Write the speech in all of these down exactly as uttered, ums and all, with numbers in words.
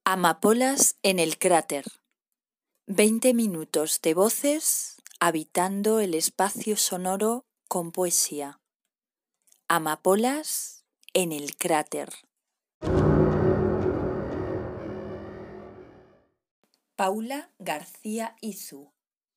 Amapolas en el cráter. Veinte minutos de voces habitando el espacio sonoro con poesía. Amapolas en el cráter. Paula García Izu.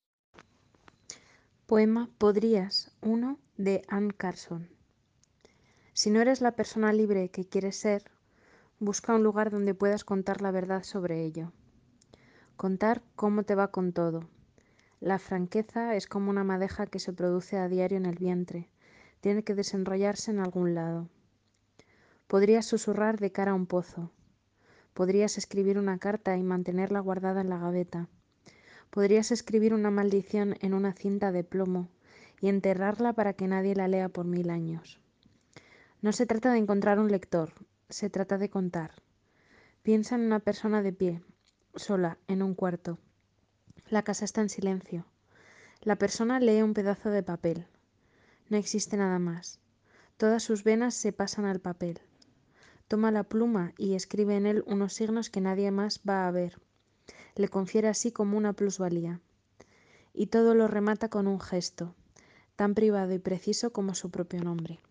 Poema Podrías, uno de Anne Carson. Si no eres la persona libre que quieres ser, busca un lugar donde puedas contar la verdad sobre ello. Contar cómo te va con todo. La franqueza es como una madeja que se produce a diario en el vientre. Tiene que desenrollarse en algún lado. Podrías susurrar de cara a un pozo. Podrías escribir una carta y mantenerla guardada en la gaveta. Podrías escribir una maldición en una cinta de plomo y enterrarla para que nadie la lea por mil años. No se trata de encontrar un lector, se trata de contar. Piensa en una persona de pie, sola, en un cuarto. La casa está en silencio. La persona lee un pedazo de papel. No existe nada más. Todas sus venas se pasan al papel. Toma la pluma y escribe en él unos signos que nadie más va a ver. Le confiere así como una plusvalía. Y todo lo remata con un gesto, tan privado y preciso como su propio nombre.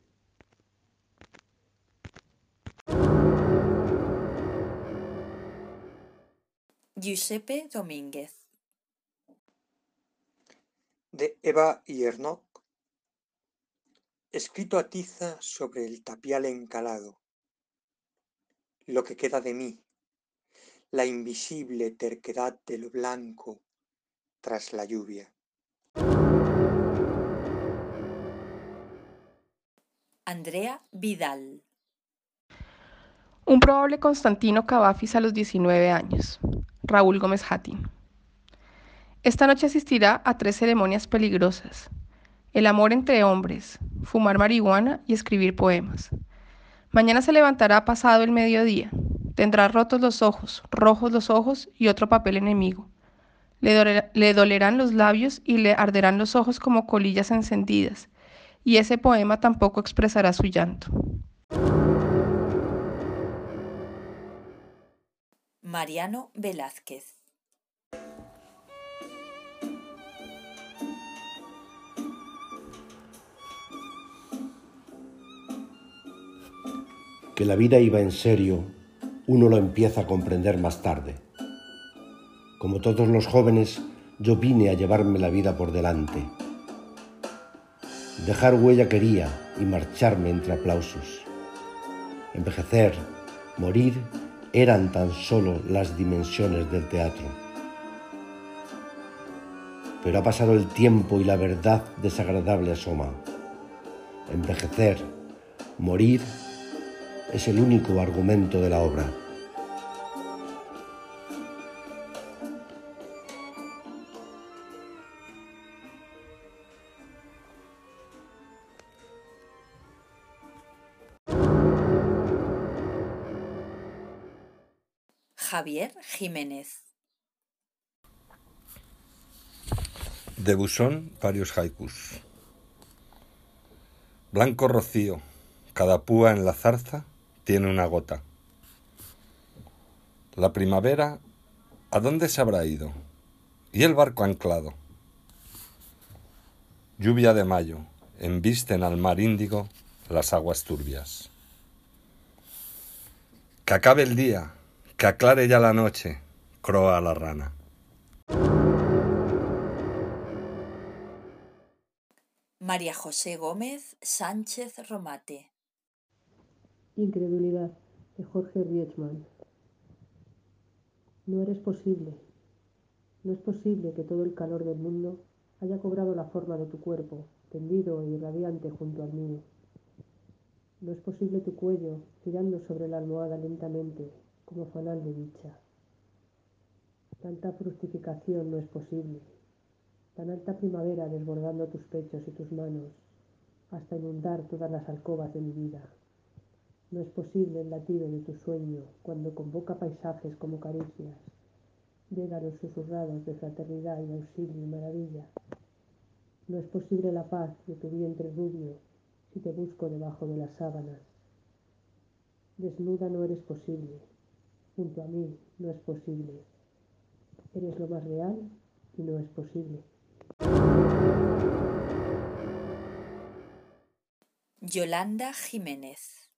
Giuseppe Domínguez. De Eva Yernock. Escrito a tiza sobre el tapial encalado. Lo que queda de mí, la invisible terquedad de lo blanco tras la lluvia. Andrea Vidal. Un probable Constantino Cavafis a los diecinueve años. Raúl Gómez Hattin. Esta noche asistirá a tres ceremonias peligrosas. El amor entre hombres, fumar marihuana y escribir poemas. Mañana se levantará pasado el mediodía. Tendrá rotos los ojos, rojos los ojos y otro papel enemigo. Le, doler, le dolerán los labios y le arderán los ojos como colillas encendidas. Y ese poema tampoco expresará su llanto. Mariano Velázquez. Que la vida iba en serio, uno lo empieza a comprender más tarde. Como todos los jóvenes, yo vine a llevarme la vida por delante. Dejar huella quería y marcharme entre aplausos. Envejecer, morir, eran tan solo las dimensiones del teatro. Pero ha pasado el tiempo y la verdad desagradable asoma. Envejecer, morir, es el único argumento de la obra. Javier Jiménez. De Busón, varios haikus. Blanco rocío, cada púa en la zarza tiene una gota. La primavera, ¿a dónde se habrá ido? Y el barco anclado. Lluvia de mayo, embisten al mar Índigo las aguas turbias. Que acabe el día, que aclare ya la noche, croa la rana. María José Gómez Sánchez Romate. Incredulidad, de Jorge Rietzmann. No eres posible. No es posible que todo el calor del mundo haya cobrado la forma de tu cuerpo, tendido y radiante junto al mío. No es posible tu cuello girando sobre la almohada lentamente, como fanal de dicha. Tanta fructificación no es posible. Tan alta primavera desbordando tus pechos y tus manos, hasta inundar todas las alcobas de mi vida. No es posible el latido de tu sueño cuando convoca paisajes como caricias, dédalos susurrados de fraternidad y auxilio y maravilla. No es posible la paz de tu vientre rubio si te busco debajo de las sábanas. Desnuda no eres posible. junto a mí no es posible. Eres lo más real y no es posible. Yolanda Jiménez.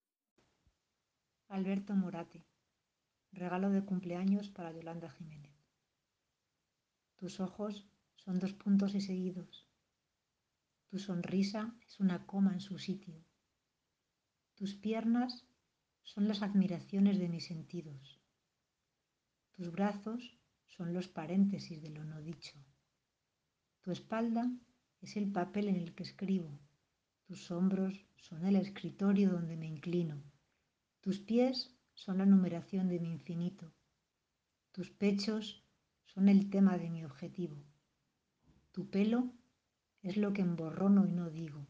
Alberto Morate. Regalo de cumpleaños para Yolanda Jiménez. Tus ojos son dos puntos y seguidos. Tu sonrisa es una coma en su sitio. Tus piernas son las admiraciones de mis sentidos. Tus brazos son los paréntesis de lo no dicho. Tu espalda es el papel en el que escribo. Tus hombros son el escritorio donde me inclino. Tus pies son la numeración de mi infinito. Tus pechos son el tema de mi objetivo. Tu pelo es lo que emborrono y no digo.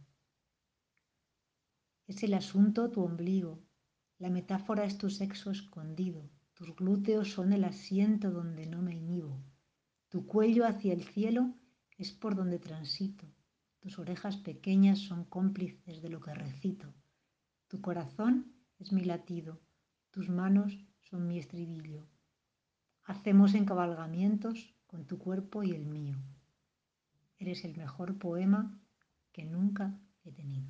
Es el asunto tu ombligo. La metáfora es tu sexo escondido. Tus glúteos son el asiento donde no me inhibo. Tu cuello hacia el cielo es por donde transito. Tus orejas pequeñas son cómplices de lo que recito. Tu corazón es mi latido. Tus manos son mi estribillo. Hacemos encabalgamientos con tu cuerpo y el mío. Eres el mejor poema que nunca he tenido.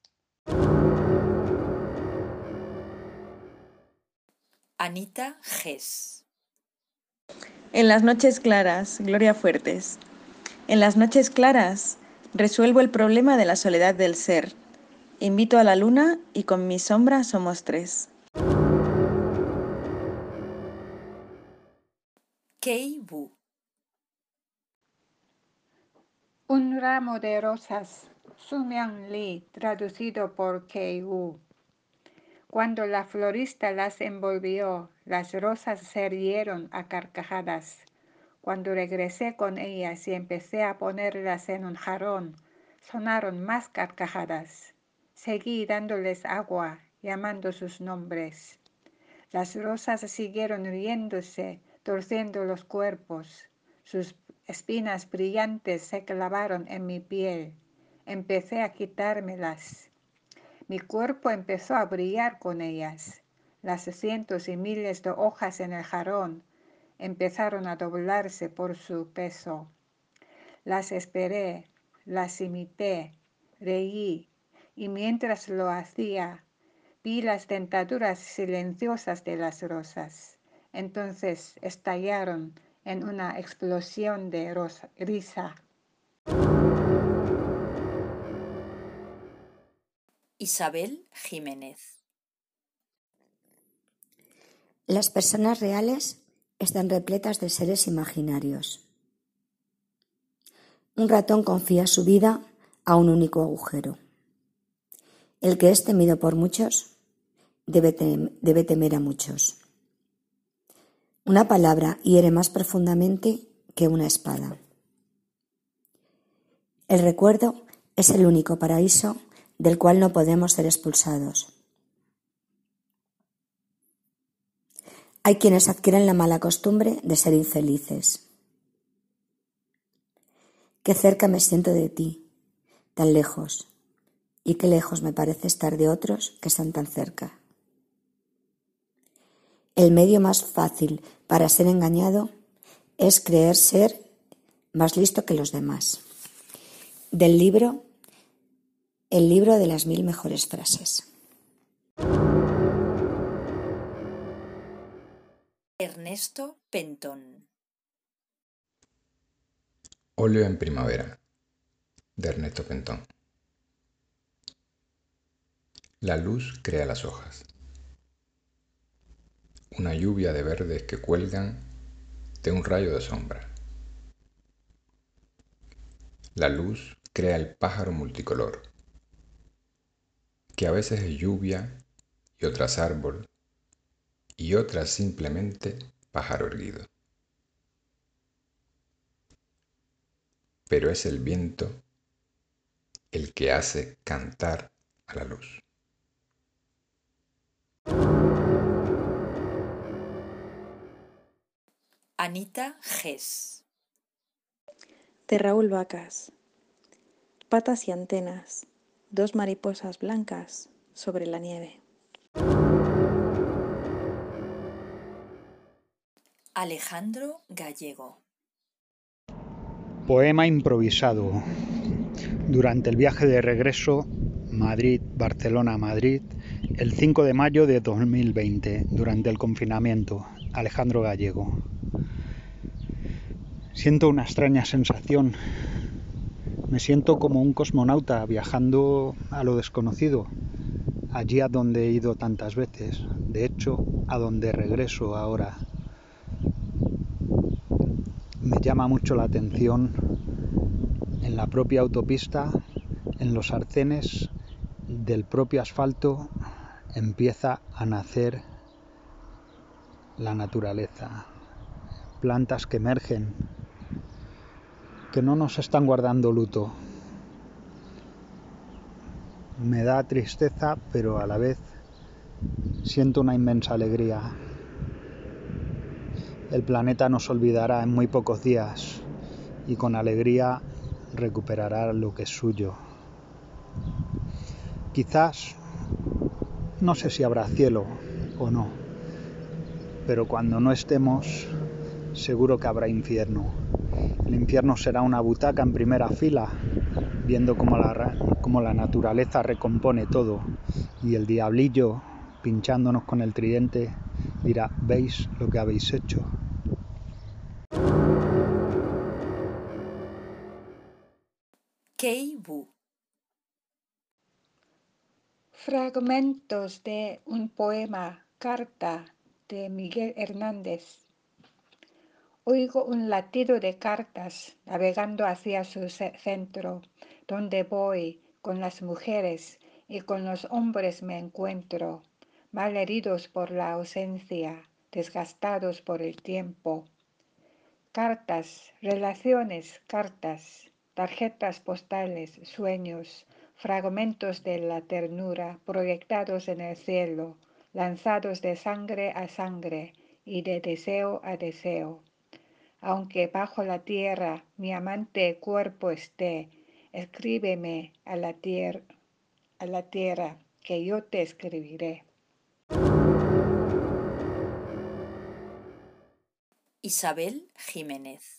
Anita Gess. En las noches claras, Gloria Fuertes. En las noches claras, resuelvo el problema de la soledad del ser. Invito a la luna y con mi sombra somos tres. Kei Bu. Un ramo de rosas, Su Miang Lee, traducido por Kei Bu. Cuando la florista las envolvió, las rosas se rieron a carcajadas. Cuando regresé con ellas y empecé a ponerlas en un jarrón, sonaron más carcajadas. Seguí dándoles agua, llamando sus nombres. Las rosas siguieron riéndose, torciendo los cuerpos. Sus espinas brillantes se clavaron en mi piel. Empecé a quitármelas. Mi cuerpo empezó a brillar con ellas. Las cientos y miles de hojas en el jarrón empezaron a doblarse por su peso. Las esperé, las imité, reí, y mientras lo hacía, vi las dentaduras silenciosas de las rosas. Entonces estallaron en una explosión de rosa, risa. Isabel Jiménez. Las personas reales están repletas de seres imaginarios. Un ratón confía su vida a un único agujero. El que es temido por muchos debe, tem- debe temer a muchos. Una palabra hiere más profundamente que una espada. El recuerdo es el único paraíso del cual no podemos ser expulsados. Hay quienes adquieren la mala costumbre de ser infelices. Qué cerca me siento de ti, tan lejos, y qué lejos me parece estar de otros que están tan cerca. El medio más fácil para ser engañado es creer ser más listo que los demás. Del libro El libro de las mil mejores frases. Ernesto Pentón. Óleo en primavera, de Ernesto Pentón. La luz crea las hojas. Una lluvia de verdes que cuelgan de un rayo de sombra. La luz crea el pájaro multicolor, que a veces es lluvia y otras árbol, y otras simplemente pájaro erguido. Pero es el viento el que hace cantar a la luz. Anita Gess. De Raúl Vacas. Patas y antenas, dos mariposas blancas sobre la nieve. Alejandro Gallego. Poema improvisado. Durante el viaje de regreso Madrid-Barcelona-Madrid, el cinco de mayo de dos mil veinte, durante el confinamiento. Alejandro Gallego. Siento una extraña sensación. Me siento como un cosmonauta viajando a lo desconocido, allí a donde he ido tantas veces, de hecho, a donde regreso ahora. Me llama mucho la atención en la propia autopista, en los arcenes del propio asfalto, empieza a nacer la naturaleza. Plantas que emergen, que no nos están guardando luto. Me da tristeza, pero a la vez siento una inmensa alegría. El planeta nos olvidará en muy pocos días y con alegría recuperará lo que es suyo. Quizás, no sé si habrá cielo o no, pero cuando no estemos, seguro que habrá infierno. El infierno será una butaca en primera fila, viendo cómo la, cómo la naturaleza recompone todo, y el diablillo, pinchándonos con el tridente, dirá: ¿veis lo que habéis hecho? Kei Bu. Fragmentos de un poema, Carta, de Miguel Hernández. Oigo un latido de cartas navegando hacia su centro, donde voy con las mujeres y con los hombres me encuentro, malheridos por la ausencia, desgastados por el tiempo. Cartas, relaciones, cartas, tarjetas postales, sueños, fragmentos de la ternura proyectados en el cielo, lanzados de sangre a sangre y de deseo a deseo. Aunque bajo la tierra mi amante cuerpo esté, escríbeme a la, tier- a la tierra, que yo te escribiré. Isabel Jiménez.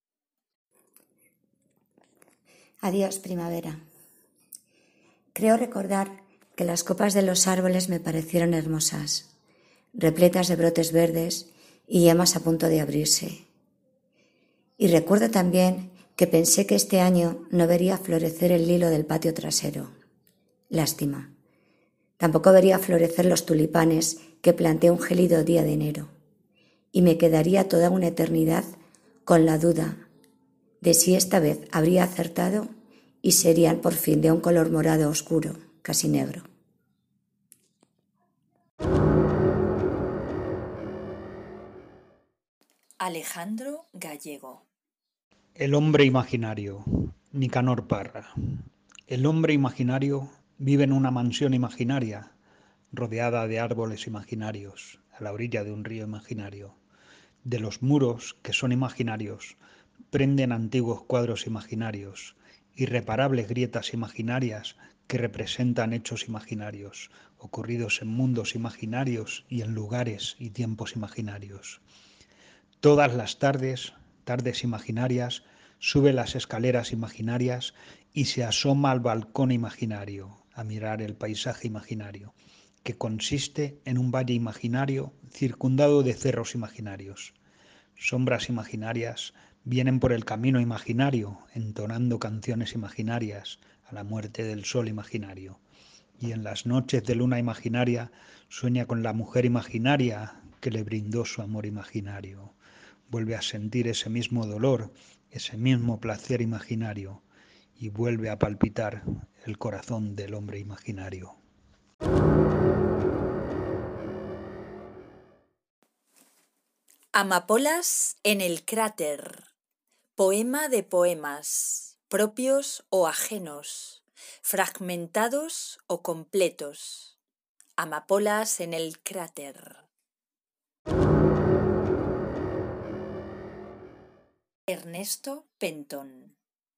Adiós, primavera. Creo recordar que las copas de los árboles me parecieron hermosas, repletas de brotes verdes y yemas a punto de abrirse. Y recuerdo también que pensé que este año no vería florecer el lilo del patio trasero. Lástima. Tampoco vería florecer los tulipanes que planté un gélido día de enero. Y me quedaría toda una eternidad con la duda de si esta vez habría acertado y serían por fin de un color morado oscuro, casi negro. Alejandro Gallego. El hombre imaginario, Nicanor Parra. El hombre imaginario vive en una mansión imaginaria, rodeada de árboles imaginarios, a la orilla de un río imaginario. De los muros, que son imaginarios, prenden antiguos cuadros imaginarios, irreparables grietas imaginarias que representan hechos imaginarios, ocurridos en mundos imaginarios y en lugares y tiempos imaginarios. Todas las tardes, tardes imaginarias, sube las escaleras imaginarias y se asoma al balcón imaginario a mirar el paisaje imaginario, que consiste en un valle imaginario circundado de cerros imaginarios. Sombras imaginarias vienen por el camino imaginario, entonando canciones imaginarias a la muerte del sol imaginario. Y en las noches de luna imaginaria sueña con la mujer imaginaria que le brindó su amor imaginario. Vuelve a sentir ese mismo dolor, ese mismo placer imaginario, y vuelve a palpitar el corazón del hombre imaginario. Amapolas en el cráter. Poema de poemas, propios o ajenos, fragmentados o completos. Amapolas en el cráter. Ernesto Pentón.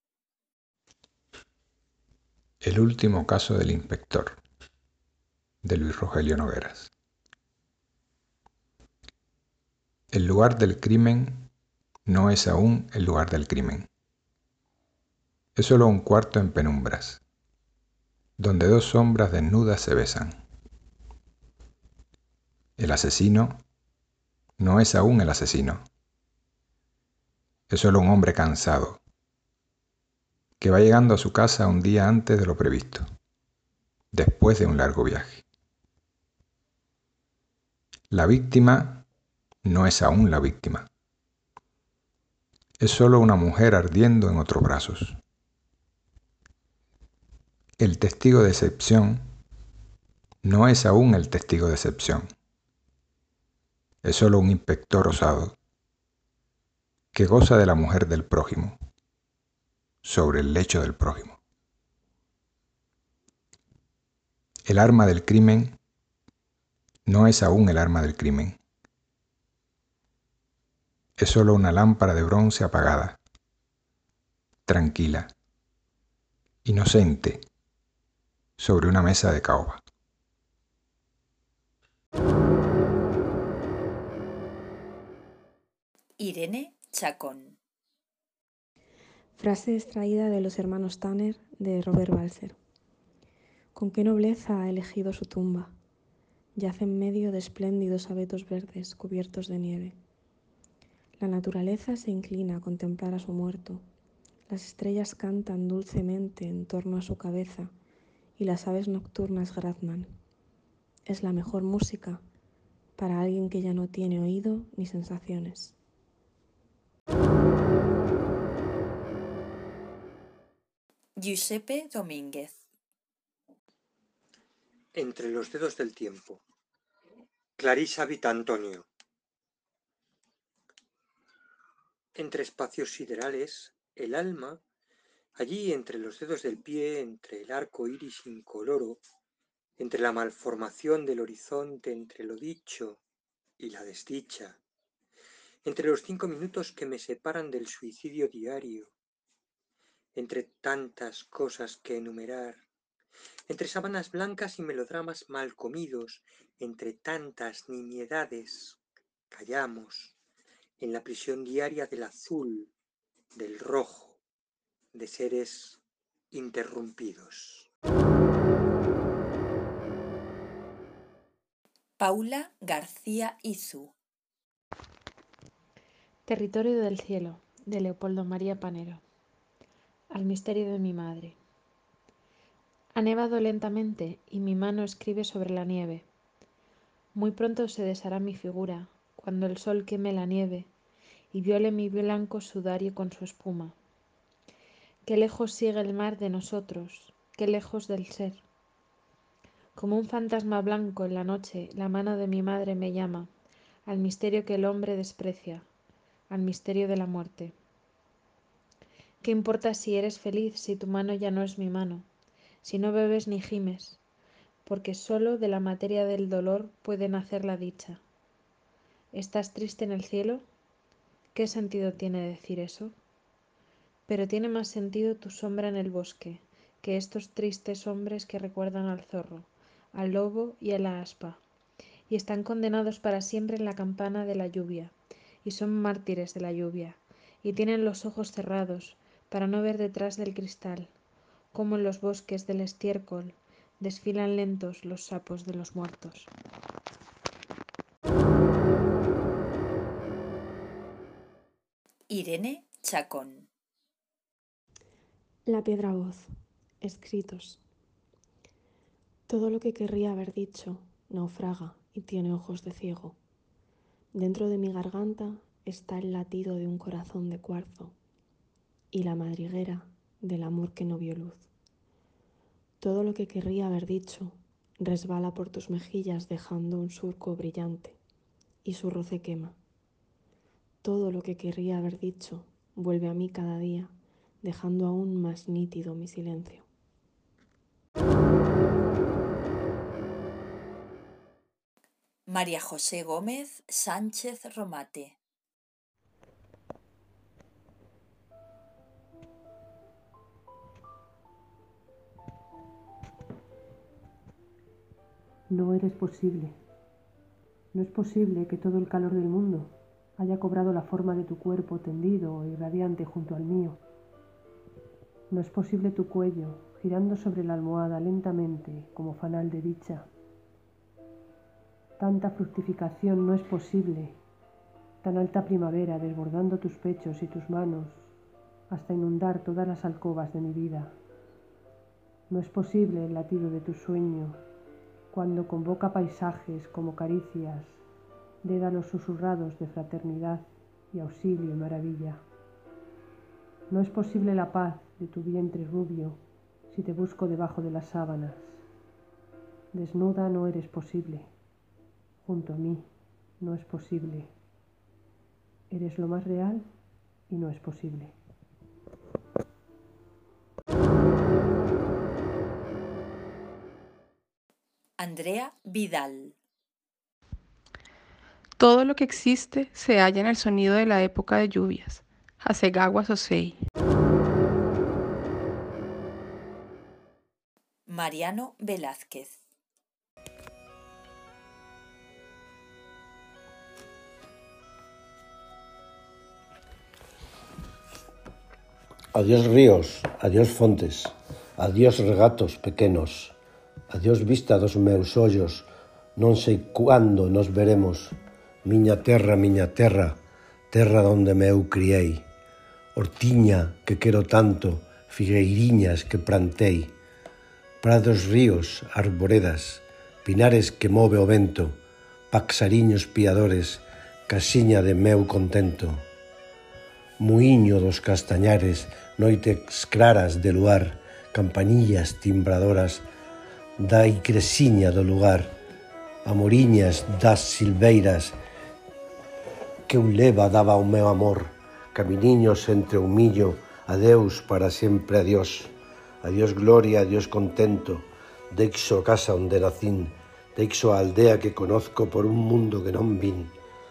El último caso del inspector, de Luis Rogelio Nogueras. El lugar del crimen no es aún el lugar del crimen. Es solo un cuarto en penumbras, donde dos sombras desnudas se besan. El asesino no es aún el asesino. Es solo un hombre cansado, que va llegando a su casa un día antes de lo previsto, después de un largo viaje. La víctima no es aún la víctima. Es solo una mujer ardiendo en otros brazos. El testigo de excepción no es aún el testigo de excepción. Es solo un inspector osado que goza de la mujer del prójimo sobre el lecho del prójimo. El arma del crimen no es aún el arma del crimen. Es solo una lámpara de bronce apagada, tranquila, inocente, sobre una mesa de caoba. Irene Chacón. Frase extraída de Los hermanos Tanner de Robert Balser. Con qué nobleza ha elegido su tumba. Yace en medio de espléndidos abetos verdes cubiertos de nieve. La naturaleza se inclina a contemplar a su muerto. Las estrellas cantan dulcemente en torno a su cabeza y las aves nocturnas graznan. Es la mejor música para alguien que ya no tiene oído ni sensaciones. Giuseppe Domínguez. Entre los dedos del tiempo. Clarissa Vitantonio. Entre espacios siderales, el alma, allí entre los dedos del pie, entre el arco iris incoloro, entre la malformación del horizonte, entre lo dicho y la desdicha, entre los cinco minutos que me separan del suicidio diario, entre tantas cosas que enumerar, entre sábanas blancas y melodramas mal comidos, entre tantas nimiedades, callamos en la prisión diaria del azul, del rojo, de seres interrumpidos. Paula García Izu. Territorio del cielo, de Leopoldo María Panero. Al misterio de mi madre. Ha nevado lentamente y mi mano escribe sobre la nieve. Muy pronto se deshará mi figura, cuando el sol queme la nieve y viole mi blanco sudario con su espuma. Qué lejos sigue el mar de nosotros, qué lejos del ser. Como un fantasma blanco en la noche, la mano de mi madre me llama, al misterio que el hombre desprecia, al misterio de la muerte. ¿Qué importa si eres feliz si tu mano ya no es mi mano, si no bebes ni gimes? Porque solo de la materia del dolor puede nacer la dicha. ¿Estás triste en el cielo? ¿Qué sentido tiene decir eso? Pero tiene más sentido tu sombra en el bosque, que estos tristes hombres que recuerdan al zorro, al lobo y a la aspa, y están condenados para siempre en la campana de la lluvia, y son mártires de la lluvia, y tienen los ojos cerrados para no ver detrás del cristal, como en los bosques del estiércol desfilan lentos los sapos de los muertos. Irene Chacón. La piedra voz. Escritos. Todo lo que querría haber dicho naufraga y tiene ojos de ciego. Dentro de mi garganta está el latido de un corazón de cuarzo y la madriguera del amor que no vio luz. Todo lo que querría haber dicho resbala por tus mejillas dejando un surco brillante y su roce quema. Todo lo que querría haber dicho vuelve a mí cada día, dejando aún más nítido mi silencio. María José Gómez Sánchez Romate. No eres posible. No es posible que todo el calor del mundo haya cobrado la forma de tu cuerpo tendido y radiante junto al mío. No es posible tu cuello, girando sobre la almohada lentamente como fanal de dicha. Tanta fructificación no es posible, tan alta primavera desbordando tus pechos y tus manos hasta inundar todas las alcobas de mi vida. No es posible el latido de tu sueño, cuando convoca paisajes como caricias, dédalos susurrados de fraternidad y auxilio y maravilla. No es posible la paz de tu vientre rubio si te busco debajo de las sábanas. Desnuda no eres posible, junto a mí no es posible. Eres lo más real y no es posible. Andrea Vidal. Todo lo que existe se halla en el sonido de la época de lluvias. Hasegawa Sosei. Mariano Velázquez. Adiós ríos, adiós fontes, adiós regatos pequenos, adiós vista dos meus ollos, non sei cuándo nos veremos, miña terra, miña terra, terra donde me eu criei, hortiña que quero tanto, figueiriñas que plantei, prados ríos, arboredas, pinares que move o vento, paxariños piadores, casiña de meu contento, muiño dos castañares, noites claras de luar, campanillas timbradoras da igresiña do lugar, amoriñas das silveiras que eu leva daba o meu amor, caminiños entre o millo, adeus para sempre adiós, adiós gloria, adiós contento, deixo a casa onde nacín, deixo a aldea que conozco por un mundo que non vin,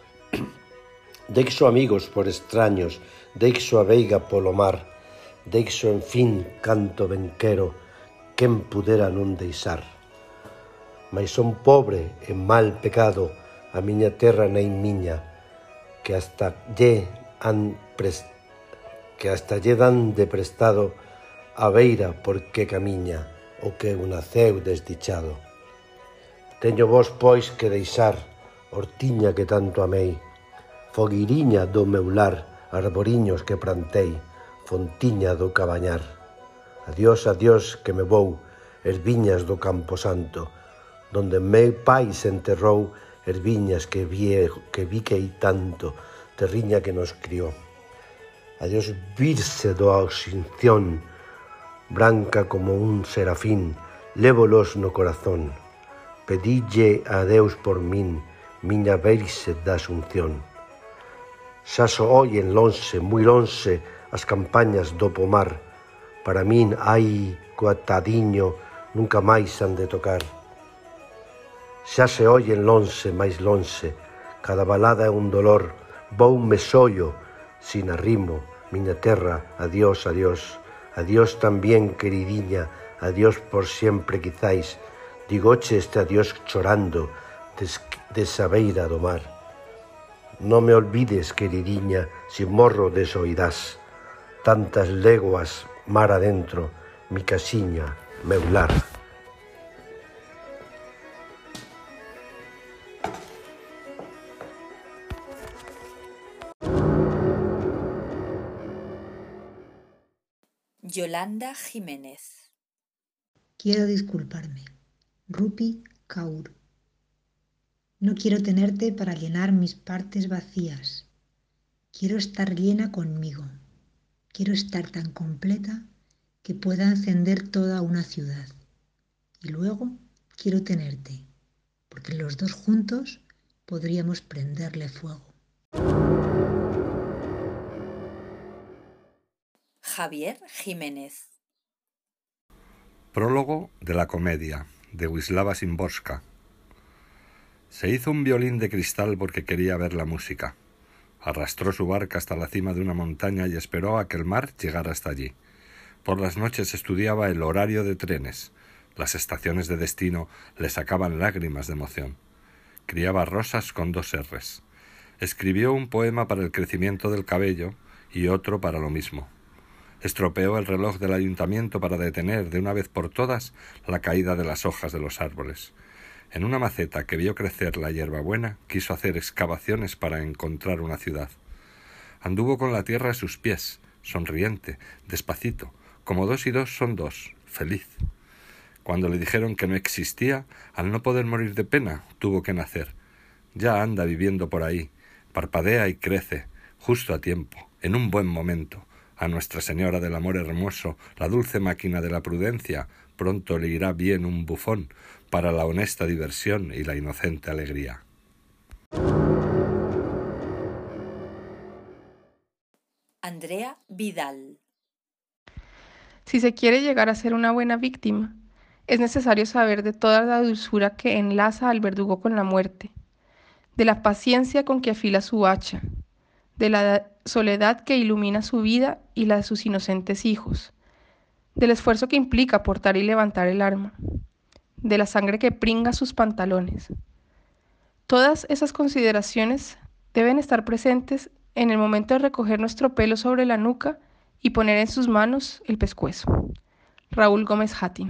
deixo amigos por extraños, deixo a veiga polo mar, deixo en fin canto ben quero, quen pudera non deixar. Mais son pobre e mal pecado, a miña terra nei miña, que hasta lle han pres... que hasta lle dan de prestado a beira porque camiña, o que eu naceu desdichado. Teño vos pois que deixar, hortiña que tanto amei, foguiriña do meu lar, arboriños que plantei, fontiña do cabañar. Adiós, adiós, que me vou, erviñas do Campo Santo, donde meu pai se enterrou, erviñas que viejo, que viquei tanto, terriña que nos criou. Adiós, virse do Oxinción, branca como un serafín, lévolos no corazón, pedille a Deus por min, miña virxe da Asunción. Xa so oyen lonxe, moi lonxe, as campañas do pomar, para min, ai, coatadiño, nunca máis han de tocar. Xa se oyen lonxe, máis lonxe, cada balada é un dolor, voume sollo, sin arrimo, miña terra, adiós, adiós, adiós tamén, queridiña, adiós por sempre quizáis, digoche este adiós chorando, des, desa beira do mar. Non me olvides, queridiña, si morro desoirás, tantas leguas mar adentro, mi casiña, meu lar. Yolanda Jiménez. Quiero disculparme. Rupi Kaur. No quiero tenerte para llenar mis partes vacías. Quiero estar llena conmigo. Quiero estar tan completa que pueda encender toda una ciudad. Y luego quiero tenerte, porque los dos juntos podríamos prenderle fuego. Javier Jiménez. Prólogo de la comedia, de Wisława Szymborska. Se hizo un violín de cristal porque quería ver la música. Arrastró su barca hasta la cima de una montaña y esperó a que el mar llegara hasta allí. Por las noches estudiaba el horario de trenes. Las estaciones de destino le sacaban lágrimas de emoción. Criaba rosas con dos erres. Escribió un poema para el crecimiento del cabello y otro para lo mismo. Estropeó el reloj del ayuntamiento para detener de una vez por todas la caída de las hojas de los árboles. En una maceta que vio crecer la hierbabuena, quiso hacer excavaciones para encontrar una ciudad. Anduvo con la tierra a sus pies, sonriente, despacito, como dos y dos son dos, feliz. Cuando le dijeron que no existía, al no poder morir de pena, tuvo que nacer. Ya anda viviendo por ahí, parpadea y crece, justo a tiempo, en un buen momento. A Nuestra Señora del Amor Hermoso, la dulce máquina de la prudencia, pronto le irá bien un bufón para la honesta diversión y la inocente alegría. Andrea Vidal. Si se quiere llegar a ser una buena víctima, es necesario saber de toda la dulzura que enlaza al verdugo con la muerte, de la paciencia con que afila su hacha, de la soledad que ilumina su vida y la de sus inocentes hijos, del esfuerzo que implica portar y levantar el arma, de la sangre que pringa sus pantalones. Todas esas consideraciones deben estar presentes en el momento de recoger nuestro pelo sobre la nuca y poner en sus manos el pescuezo. Raúl Gómez Hattin.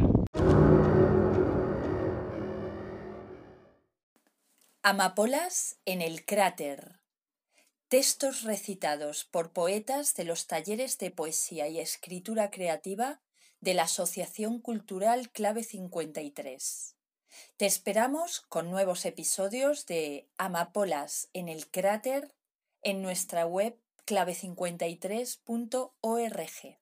Amapolas en el cráter. Textos recitados por poetas de los talleres de poesía y escritura creativa de la Asociación Cultural Clave cincuenta y tres. Te esperamos con nuevos episodios de Amapolas en el cráter en nuestra web clave cincuenta y tres punto org.